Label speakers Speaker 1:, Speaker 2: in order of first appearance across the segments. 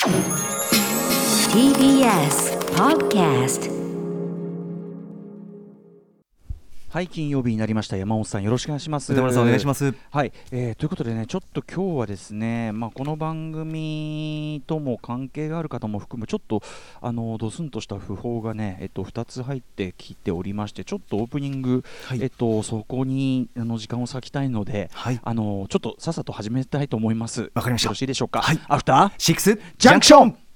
Speaker 1: TBS Podcast。
Speaker 2: はい、金曜日になりました。山本さん、よろしくお願いします。
Speaker 3: 歌丸さん、お願いします。
Speaker 2: はい、ということでね、ちょっと今日はですね、この番組とも関係がある方も含む、ちょっとドスンとした訃報がね、2つ入ってきておりまして、ちょっとオープニング、
Speaker 3: はい、
Speaker 2: そこに時間を割きたいので、
Speaker 3: はい、
Speaker 2: ちょっとさっさと始めたいと思います。
Speaker 3: わかりました。
Speaker 2: よろしいでしょうか。
Speaker 3: はい、
Speaker 2: アフター
Speaker 3: シックス
Speaker 2: ジャンクション。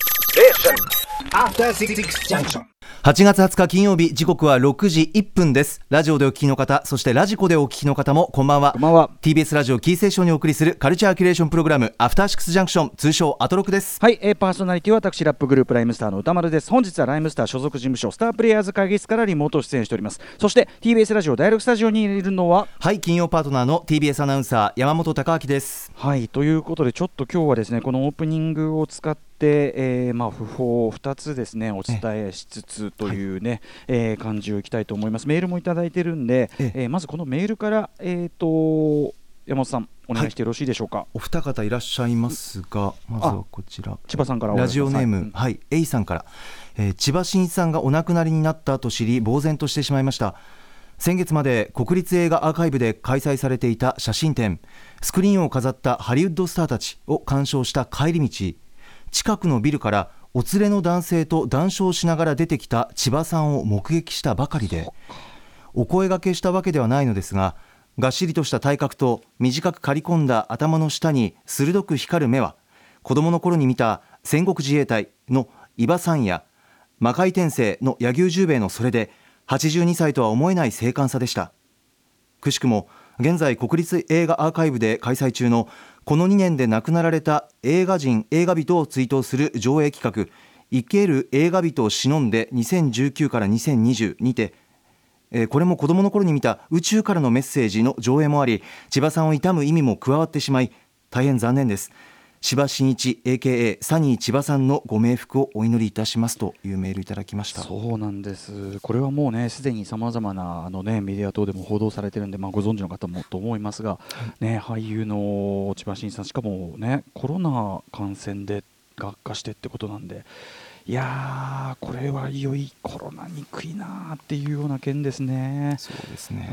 Speaker 3: 8月20日金曜日、時刻は6時1分です。ラジオでお聞きの方、そしてラジコでお聞きの方もこんばんは。
Speaker 2: こんばんは。
Speaker 3: TBS ラジオキーステーションにお送りするカルチャーキュレーションプログラム、アフターシックスジャンクション、通称アトロクです。
Speaker 2: はい、パーソナリティは私、ラップグループライムスターの歌丸です。本日はライムスター所属事務所スタープレイヤーズ会議室からリモート出演しております。そして TBS ラジオ第6スタジオにいるのは、
Speaker 3: はい、金曜パートナーの TBS アナウンサー山本貴明です。
Speaker 2: はい、ということで、ちょっと今日はですね、このオープニングを使って訃報を2つですねお伝えしつつというね、感じをいきたいと思います。メールもいただいてるんで、まずこのメールから、山本さんお願いしてよろしいでしょうか。
Speaker 3: はい、お二方いらっしゃいますが、まずはこちら、
Speaker 2: 千葉さんから
Speaker 3: ラジオネーム、はい、A さんから、千葉真一さんがお亡くなりになったと知り呆然としてしまいました。先月まで国立映画アーカイブで開催されていた写真展、スクリーンを飾ったハリウッドスターたちを鑑賞した帰り道、近くのビルからお連れの男性と談笑しながら出てきた千葉さんを目撃したばかりで、お声掛けしたわけではないのですが、がっしりとした体格と短く刈り込んだ頭の下に鋭く光る目は、子供の頃に見た戦国自衛隊の伊庭さんや魔界転生の柳生十兵衛のそれで82歳とは思えない精悍さでした。くしくも現在国立映画アーカイブで開催中のこの2年で亡くなられた映画人映画人を追悼する上映企画、生ける映画人を忍んで2019から2020にて、これも子どもの頃に見た宇宙からのメッセージの上映もあり、千葉さんを悼む意味も加わってしまい大変残念です。千葉真一 AKA サニー千葉さんのご冥福をお祈りいたしますというメールいただきました。
Speaker 2: そうなんです。これはもうね、すでにさまざまなメディア等でも報道されてるんで、ご存知の方もと思いますが、俳優の千葉真一さん、しかもねコロナ感染で悪化してってことなんで、いやー、これは良いコロナにくいなっていうような件ですね。
Speaker 3: そうですね。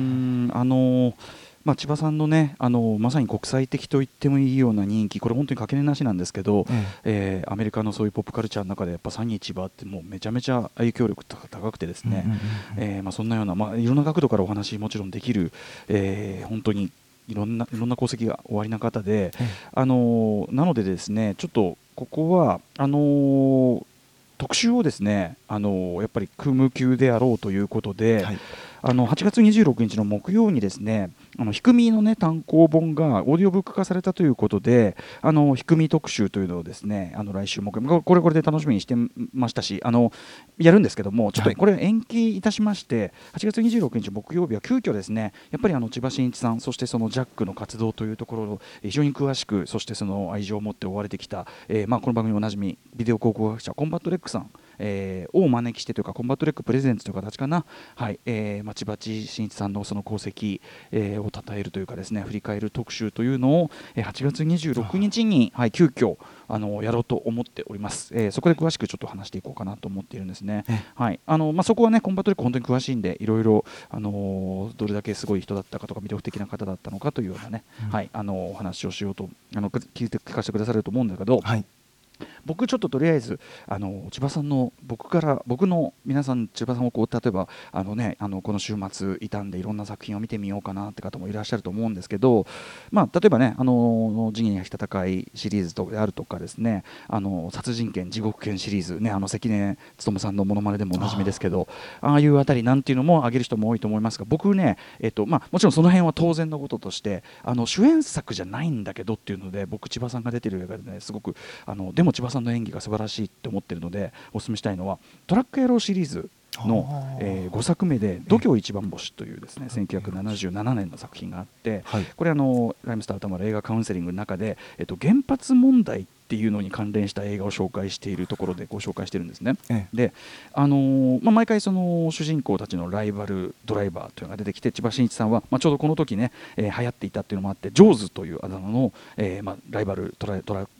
Speaker 2: 千葉さんのね、まさに国際的と言ってもいいような人気、これ本当にかけねなしなんですけど、アメリカのそういうポップカルチャーの中でやっぱサニー千葉ってもうめちゃめちゃ影響力高くてですね、そんなような、いろんな角度からお話もちろんできる、本当にいろんな功績がおありな方で、なのでですね、ちょっとここは特集をですね、やっぱり空務級であろうということで、8月26日の木曜にですね、ひくみのね単行本がオーディオブック化されたということで、ひくみ特集というのをですね、来週木曜、これで楽しみにしてましたし、やるんですけども、ちょっとこれ延期いたしまして、8月26日木曜日は急遽ですね、やっぱり千葉真一さん、そしてそのジャックの活動というところを非常に詳しく、そしてその愛情を持って追われてきた、この番組おなじみビデオ考古学者コンバットレックさんをお招きしてというか、コンバットレックプレゼンツという形かな、千葉真一さんのその功績、を称えるというかですね、振り返る特集というのを8月26日に、急遽やろうと思っております。そこで詳しくちょっと話していこうかなと思っているんですね。そこはね、コンバットレック本当に詳しいんで、いろいろどれだけすごい人だったかとか魅力的な方だったのかというようなね、お話をしようと聞かせてくださると思うんだけど、僕ちょっととりあえず千葉さんの僕の皆さん、千葉さんを例えばこの週末いたんでいろんな作品を見てみようかなって方もいらっしゃると思うんですけど、例えばね仁義なき戦いシリーズであるとかですね、殺人剣地獄剣シリーズね、関根勤さんのモノマネでもおなじみですけど、ああいうあたりなんていうのも挙げる人も多いと思いますが、僕ね、もちろんその辺は当然のこととして主演作じゃないんだけどっていうので、僕千葉さんが出てる映画でね、すごくでも千葉さんの演技が素晴らしいって思ってるのでお勧めしたいのはトラック野郎シリーズの、5作目で度胸一番星というですね、1977年の作品があって、これライムスター歌丸映画カウンセリングの中で、原発問題っていうのに関連した映画を紹介しているところでご紹介してるんですね。で、毎回その主人公たちのライバルドライバーというのが出てきて、千葉真一さんは、ちょうどこの時ね、流行っていたっていうのもあってジョーズというあだ名の、ライバルトラッ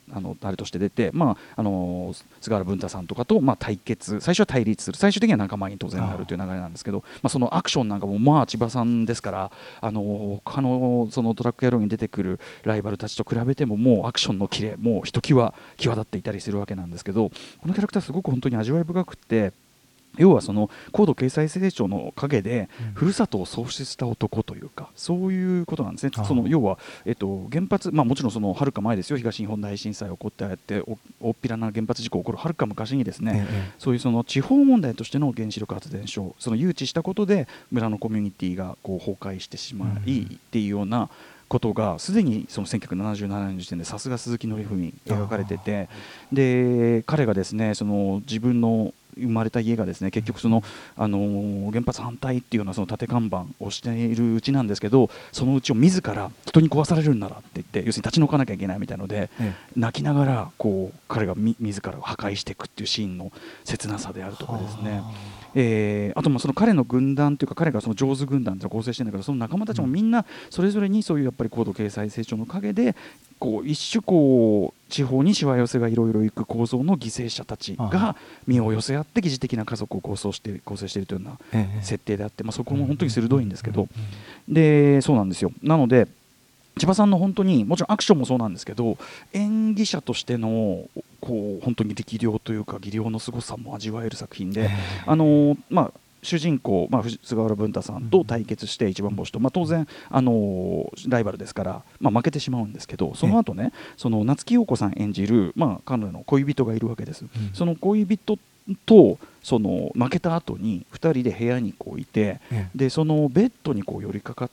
Speaker 2: あれとして出て、菅原文太さんとかと対決、最初は対立する、最終的には仲間に当然なるという流れなんですけど、そのアクションなんかも千葉さんですから、他のそのトラック野郎に出てくるライバルたちと比べてももうアクションのキレもうひときわ際立っていたりするわけなんですけど、このキャラクターすごく本当に味わい深くて、要はその高度経済成長の陰でふるさとを喪失した男というか、そういうことなんですね。その要は、原発、もちろんそのはるか前ですよ、東日本大震災起こってああやって大っぴらな原発事故起こるはるか昔にですね、そういうその地方問題としての原子力発電所をその誘致したことで村のコミュニティがこう崩壊してしまいっていうようなことがすでにその1977年の時点でさすが鈴木紀文描かれてて、で彼がですねその自分の生まれた家がですね結局その、原発反対っていうようなその縦看板をしているうちなんですけど、そのうちを自ら人に壊されるんならって言って、要するに立ち退かなきゃいけないみたいので、泣きながらこう彼が自ら破壊していくっていうシーンの切なさであるとかですね、あとその彼の軍団というか彼がその上手軍団と構成してるんだけど、その仲間たちもみんなそれぞれにそういうやっぱり高度経済成長の陰でこう一種こう地方にしわ寄せがいろいろいく構造の犠牲者たちが身を寄せ合って疑似的な家族を構成しているというような設定であって、そこも本当に鋭いんですけど、でそうなんですよ。なので千葉さんの本当にもちろんアクションもそうなんですけど、演技者としてのこう本当に力量というか技量の凄さも味わえる作品で、主人公、菅原文太さんと対決して一番星と、当然ライバルですから、負けてしまうんですけど、その後ねその夏木陽子さん演じる、彼女の恋人がいるわけです、その恋人とその負けた後に2人で部屋にこういて、でそのベッドにこう寄りかかって、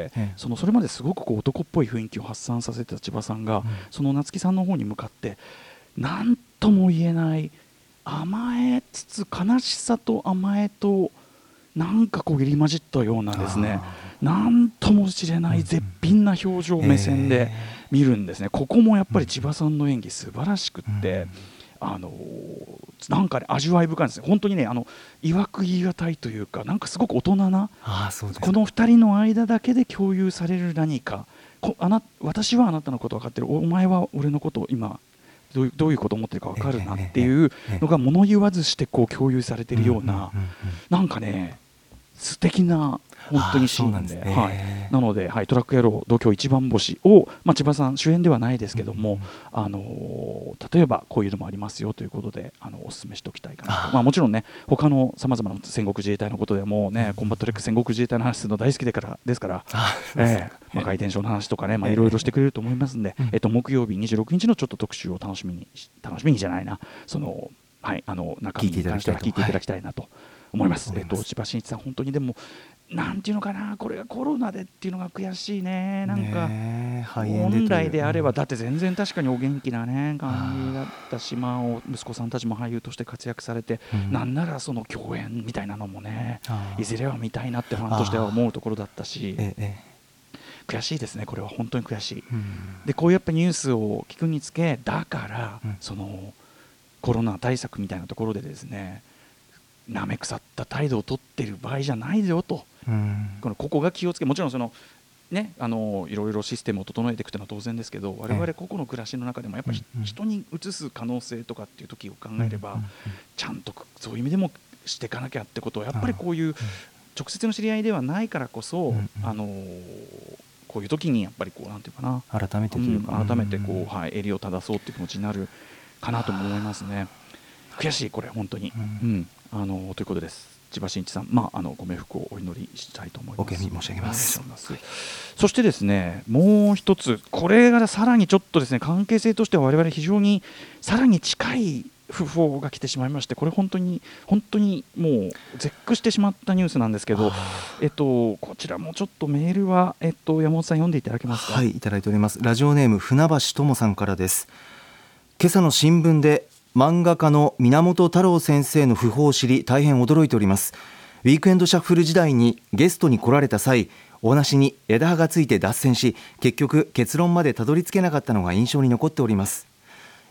Speaker 2: それまですごくこう男っぽい雰囲気を発散させてた千葉さんが、その夏木さんの方に向かって何とも言えない甘えつつ悲しさと甘えとなんかこう入り混じったようなですね、なんとも知れない絶品な表情目線で見るんですね。ここもやっぱり千葉さんの演技素晴らしくって、なんかね味わい深いんですね。本当にね曰く言い難いというか、なんかすごく大人なこの2人の間だけで共有される何か、私はあなたのこと分かってる、お前は俺のことを今どういうことを思ってるか分かるなっていうのが物言わずしてこう共有されているような、なんかね素敵な本当にシーンで、なので、トラック野郎同郷一番星を、千葉さん主演ではないですけども、例えばこういうのもありますよということでお勧めしておきたいかなと。もちろんね他のさまざまな戦国自衛隊のことでもね、コンバットレック戦国自衛隊の話するの大好きですから回転症の話とかねいろいろしてくれると思いますんで、木曜日26日のちょっと特集を楽しみにじゃないな、その中身に関しては聞いていただきたいなと思います。千葉真一さん本当にでもなんていうのかな、これがコロナでっていうのが悔しいね。なんか本来であればだって全然確かにお元気なね感じだったし、息子さんたちも俳優として活躍されて、なんならその共演みたいなのもねいずれは見たいなってファンとしては思うところだったし、悔しいですね。これは本当に悔しい。でこういうやっぱニュースを聞くにつけ、だからそのコロナ対策みたいなところでですねなめ腐った態度を取っている場合じゃないよと、ここが気をつけ、もちろんそのねいろいろシステムを整えていくというのは当然ですけど、我々個々の暮らしの中でもやっぱり人に移す可能性とかっていう時を考えれば、ちゃんとそういう意味でもしていかなきゃってことをやっぱりこういう直接の知り合いではないからこそ、こういう時にやっぱりこうなんていうかな、
Speaker 3: 改めて
Speaker 2: こう襟を正そうっていう気持ちになるかなとも思いますね。悔しいこれ本当に、ということです。千葉真一さん、ご冥福をお祈りしたいと思います。
Speaker 3: お悔やみ申し上げます。
Speaker 2: そしてですねもう一つ、これがさらにちょっとですね関係性としては我々非常にさらに近い訃報が来てしまいまして、これ本当にもう絶句してしまったニュースなんですけど、こちらもちょっとメールは、山本さん読んでいただけますか。
Speaker 3: はい、いただいております。ラジオネーム船橋智さんからです。今朝の新聞で漫画家の源太郎先生の訃報を知り大変驚いております。ウィークエンドシャッフル時代にゲストに来られた際、お話に枝葉がついて脱線し、結局結論までたどり着けなかったのが印象に残っております。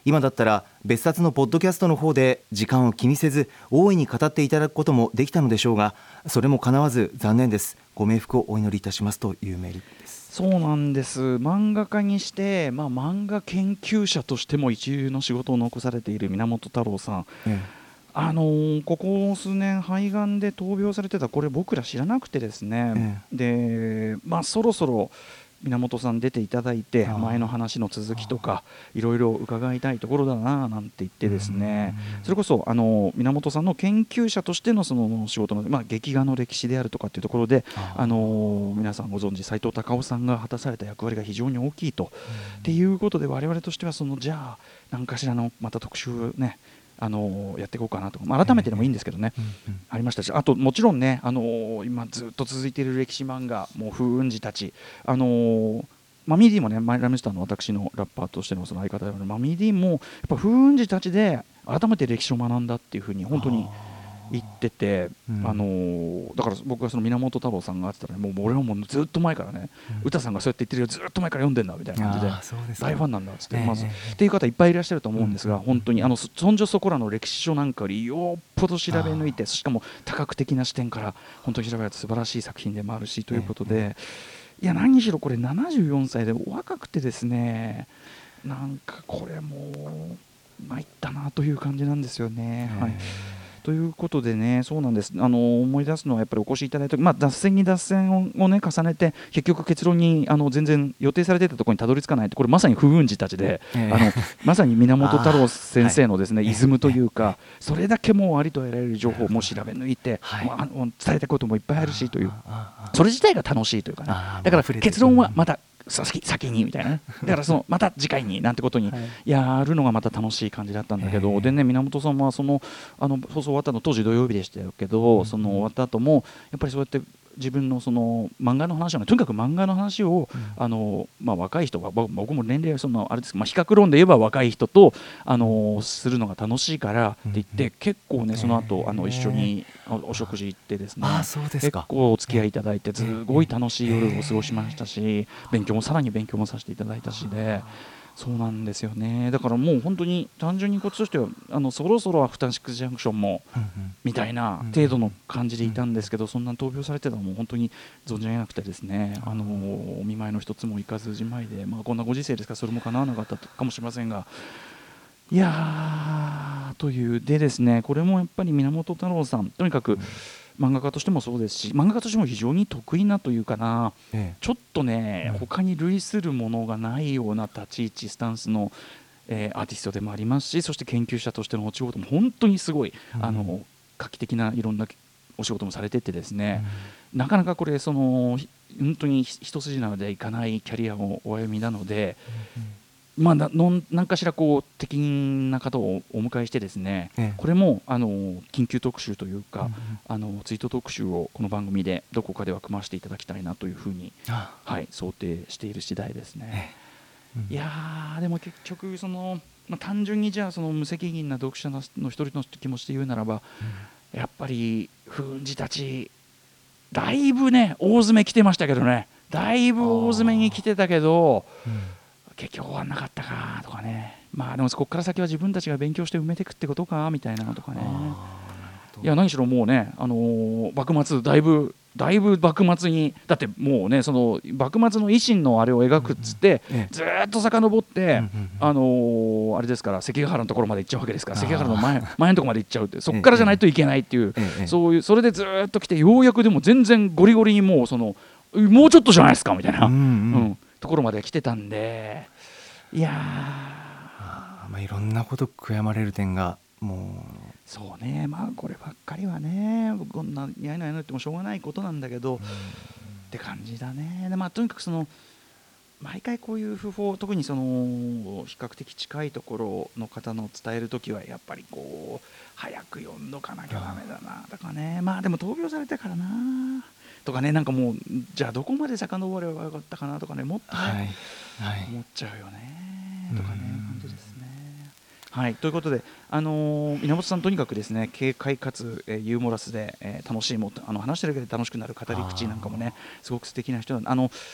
Speaker 3: 今だったら別冊のポッドキャストの方で時間を気にせず大いに語っていただくこともできたのでしょうが、それも叶わず残念です。ご冥福をお祈りいたしますというメールです。
Speaker 2: そうなんです。漫画家にして、漫画研究者としても一流の仕事を残されている源太郎さん、ここ数年肺がんで闘病されてた、これ僕ら知らなくてですね、で、そろそろ源さん出ていただいて前の話の続きとかいろいろ伺いたいところだななんて言ってですね、それこそ源さんの研究者としてのその仕事の、劇画の歴史であるとかっていうところで皆さんご存知斉藤隆夫さんが果たされた役割が非常に大きいと、っていうことで我々としてはじゃあ何かしらのまた特集をねやっていこうかなと、改めてでもいいんですけどね、ありましたし、あともちろんね、今ずっと続いている歴史漫画、もう風雲児たち、マミーディもね、ラムスターの私のラッパーとしてのその相方であるマミーディもやっぱ風雲児たちで改めて歴史を学んだっていうふうに本当に言ってて、だから僕がその源太郎さんがあってたら、もう俺はもうずっと前からね、歌さんがそうやって言ってるよ、ずっと前から読んでんだみたいな感じで大ファンなんだっつって、まずっていう方いっぱいいらっしゃると思うんですが、本当にそんじょそこらの歴史書なんかよりよっぽど調べ抜いて、しかも多角的な視点から本当に調べられた素晴らしい作品でもあるしということで、いや何しろこれ74歳でお若くてですね、なんかこれもう参ったなという感じなんですよね。ということでね、そうなんです。思い出すのはやっぱりお越しいただいた、脱線に脱線をね重ねて結局結論に全然予定されていたところにたどり着かないと、これまさに風雲児たちで、まさに源太郎先生のですね、イズムというか、それだけもうありとあらゆる情報をもう調べ抜いて、伝えたこともいっぱいあるしという、それ自体が楽しいというかね、だから結論はまた先にみたいなね、だからまた次回になんてことにやるのがまた楽しい感じだったんだけど、でね、源さんは放送終わったの当時土曜日でしたけど、その終わった後もやっぱりそうやって自分のその漫画の話をね、とにかく漫画の話を若い人が、僕も年齢あれですけど、比較論で言えば若い人とするのが楽しいからって言って、結構ねその後一緒にお食事行ってですね、結構お付き合いいただいて、すごい楽しい夜を過ごしましたし、さらに勉強もさせていただいたしで、そうなんですよね。だからもう本当に単純にこっちとしてはそろそろアフターシックスジャンクションもみたいな程度の感じでいたんですけど、そんな闘病されてたのも本当に存じ上げなくてですね、お見舞いの一つも行かずじまいで、こんなご時世ですからそれも叶わなかったかもしれませんが、いやというでですね、これもやっぱり源太郎さん、とにかく漫画家としてもそうですし、漫画家としても非常に得意なというかな、ちょっとね、他に類するものがないような立ち位置スタンスの、アーティストでもありますし、そして研究者としてのお仕事も本当にすごい、画期的ないろんなお仕事もされててですね、なかなかこれ本当に一筋縄でいかないキャリアをお歩みなので、何かしら適任な方をお迎えしてですね、これも緊急特集というか、ツイート特集をこの番組でどこかでは組ませていただきたいなというふうに、想定している次第ですね。いやでも結局単純にじゃあ無責任な読者の一人の気持ちで言うならば、やっぱり風雲児たちだいぶね大詰め来てましたけどね、だいぶ大詰めに来てたけど、結局終わんなかったかとかね、でもここから先は自分たちが勉強して埋めていくってことかみたいなのとかね。いや何しろもうね、幕末だいぶ幕末にだってもうね、その幕末の維新のあれを描くっつって、ずっと遡って、あれですから関ヶ原のところまで行っちゃうわけですから、関ヶ原の前のところまで行っちゃうって、そこからじゃないといけないっていう、それでずっと来て、ようやくでも全然ゴリゴリにもうもうちょっとじゃないですかみたいな、ところまで来てたんで、いや
Speaker 3: いろんなこと悔やまれる点がもう
Speaker 2: そうね、こればっかりはね、こんなやいのやいの言ってもしょうがないことなんだけど、って感じだね。でとにかく毎回こういう訃報、特に比較的近いところの方の伝えるときはやっぱり早く読んどかなきゃダメだなとかね、でも闘病されてからなとかね、なんかもうじゃあどこまで遡ればよかったかなとかね、もっとね、思っちゃうよねとかね、感じですね。ということで、源さんとにかくですね、軽快かつ、ユーモラスで、楽しい話してるだけで楽しくなる語り口なんかもね、すごく素敵な人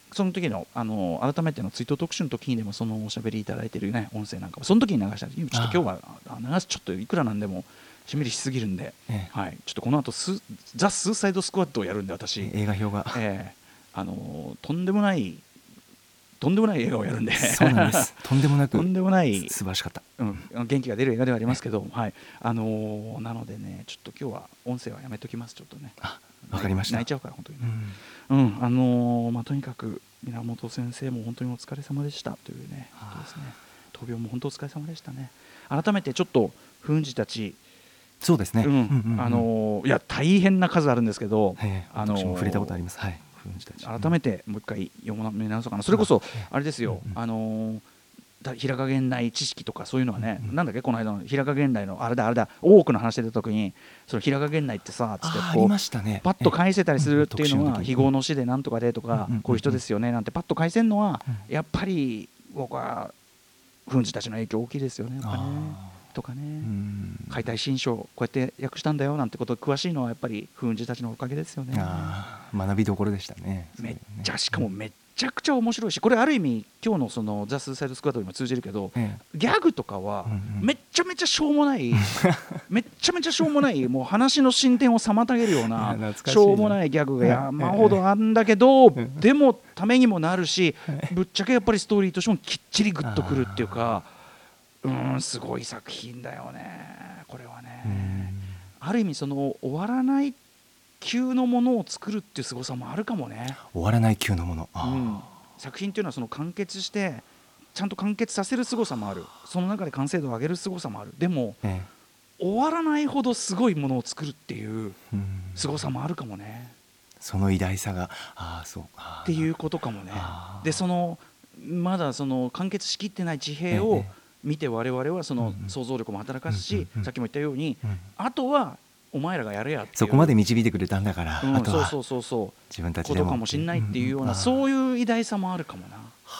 Speaker 2: その時の改めての追悼特集の時にでもそのおしゃべりいただいてるね音声なんかもその時に流したんで、ちょっと今日は流すちょっといくらなんでもしんみりしすぎるんで、はい、ちょっとこの後ザ・スーサイドスクワットをやるんで私、
Speaker 3: 映画表が、
Speaker 2: とんでもない映画をやるんで、
Speaker 3: そうなんですとんでもなく
Speaker 2: とんでもない
Speaker 3: 素晴らしかった、
Speaker 2: 元気が出る映画ではありますけど、はい、なのでねちょっと今日は音声はやめときます。ちょっとね、
Speaker 3: わかりました。
Speaker 2: 泣いちゃうから本当にね、とにかく源先生も本当にお疲れ様でしたというねことですね。闘病も本当お疲れ様でしたね。改めてちょっとフンジたち、
Speaker 3: そうですね、
Speaker 2: いや大変な数あるんですけど、
Speaker 3: 私も触れたことあります。はい、
Speaker 2: 改めてもう一回読み直そうかな。それこそあれですよ、平賀源内知識とかそういうのはね、なんだっけこの間の平賀源内のあれだ大奥の話で出た時に、その平賀源内ってさつってこうパッと返せたりするっていうのは非業の死でなんとかでとかこういう人ですよねなんてパッと返せるのはやっぱり僕はフンジたちの影響大きいですよね。やっぱねとかね、解体新書こうやって訳したんだよなんてこと詳しいのはやっぱりフンジたちのおかげですよね。
Speaker 3: 学びどころでしたね。
Speaker 2: めっちゃしかもめっちゃくちゃ面白いし、これある意味今日のそのザ・スーサイドスクワットにも通じるけど、ギャグとかはめっちゃめちゃしょうもないめっちゃめちゃしょうもないもう話の進展を妨げるようなしょうもないギャグが山ほどあるんだけど、でもためにもなるし、ぶっちゃけやっぱりストーリーとしてもきっちりグッとくるっていうか、すごい作品だよねこれはね。ある意味その終わらない級のものを作るっていう凄さもあるかもね。
Speaker 3: 終わらない級のもの、
Speaker 2: 作品っていうのはその完結してちゃんと完結させる凄さもある、その中で完成度を上げる凄さもある。でも、終わらないほどすごいものを作るっていう凄さもあるかもね。
Speaker 3: その偉大さがそう
Speaker 2: っていうことかもね。でそのまだその完結しきってない地平を見て我々はその想像力も働かすし、さっきも言ったように、あとはお前らがやれやっていう、
Speaker 3: そこまで導いてくれたんだから、あとは自分たちでも
Speaker 2: ことかもしんないっていうような、そういう偉大さもあるかもな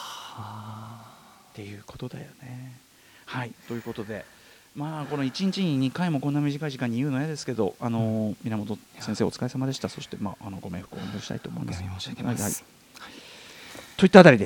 Speaker 2: っていうことだよね。はい、ということでこの1日に2回もこんな短い時間に言うの嫌ですけど、源先生お疲れ様でした。そしてご冥福をお祈りしたいと思います。
Speaker 3: 申し訳ないです。
Speaker 2: といったあたりです。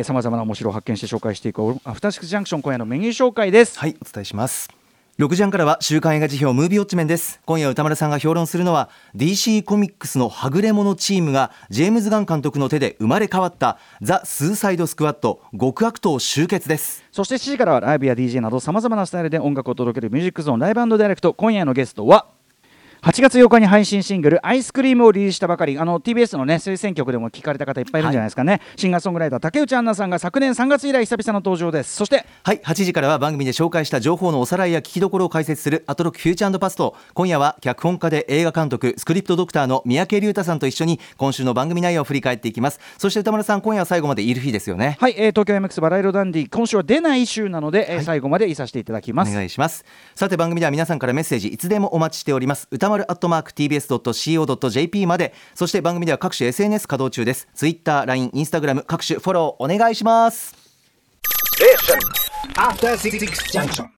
Speaker 2: さまざまな面白を発見して紹介していくアフターシックスジャンクション、今夜のメニュー紹介です。
Speaker 3: はい、お伝えします。6時半からは週刊映画辞表ムービーウォッチメンです。今夜歌丸さんが評論するのは DC コミックスのはぐれ者チームがジェームズ・ガン監督の手で生まれ変わったザ・スーサイドスクワット極悪党集結です。
Speaker 2: そして7時からはライブや DJ などさまざまなスタイルで音楽を届けるミュージックゾーンライブ&ダイレクト。今夜のゲストは8月8日に配信シングルアイスクリームをリリースしたばかり、TBS のね推薦曲でも聞かれた方いっぱいいるんじゃないですかね、シンガーソングライター竹内杏奈さんが昨年3月以来久々の登場です。そして
Speaker 3: 8時からは番組で紹介した情報のおさらいや聞きどころを解説するアトロックフューチャー&パスト。今夜は脚本家で映画監督スクリプトドクターの三宅龍太さんと一緒に今週の番組内容を振り返っていきます。そして歌丸さん、今夜は最後までいる日ですよね。
Speaker 2: はい、東京 MX バラ色ダンディ、今週は出ない週なので、最後までいさせていただきます。
Speaker 3: お願いします。さて番組では皆さんからメッセージいつでもお待ちしております。歌丸@tbs.co.jp まで。そして番組では各種 SNS 稼働中です。 Twitter、LINE、Instagram 各種フォローお願いします。
Speaker 4: After 66 junction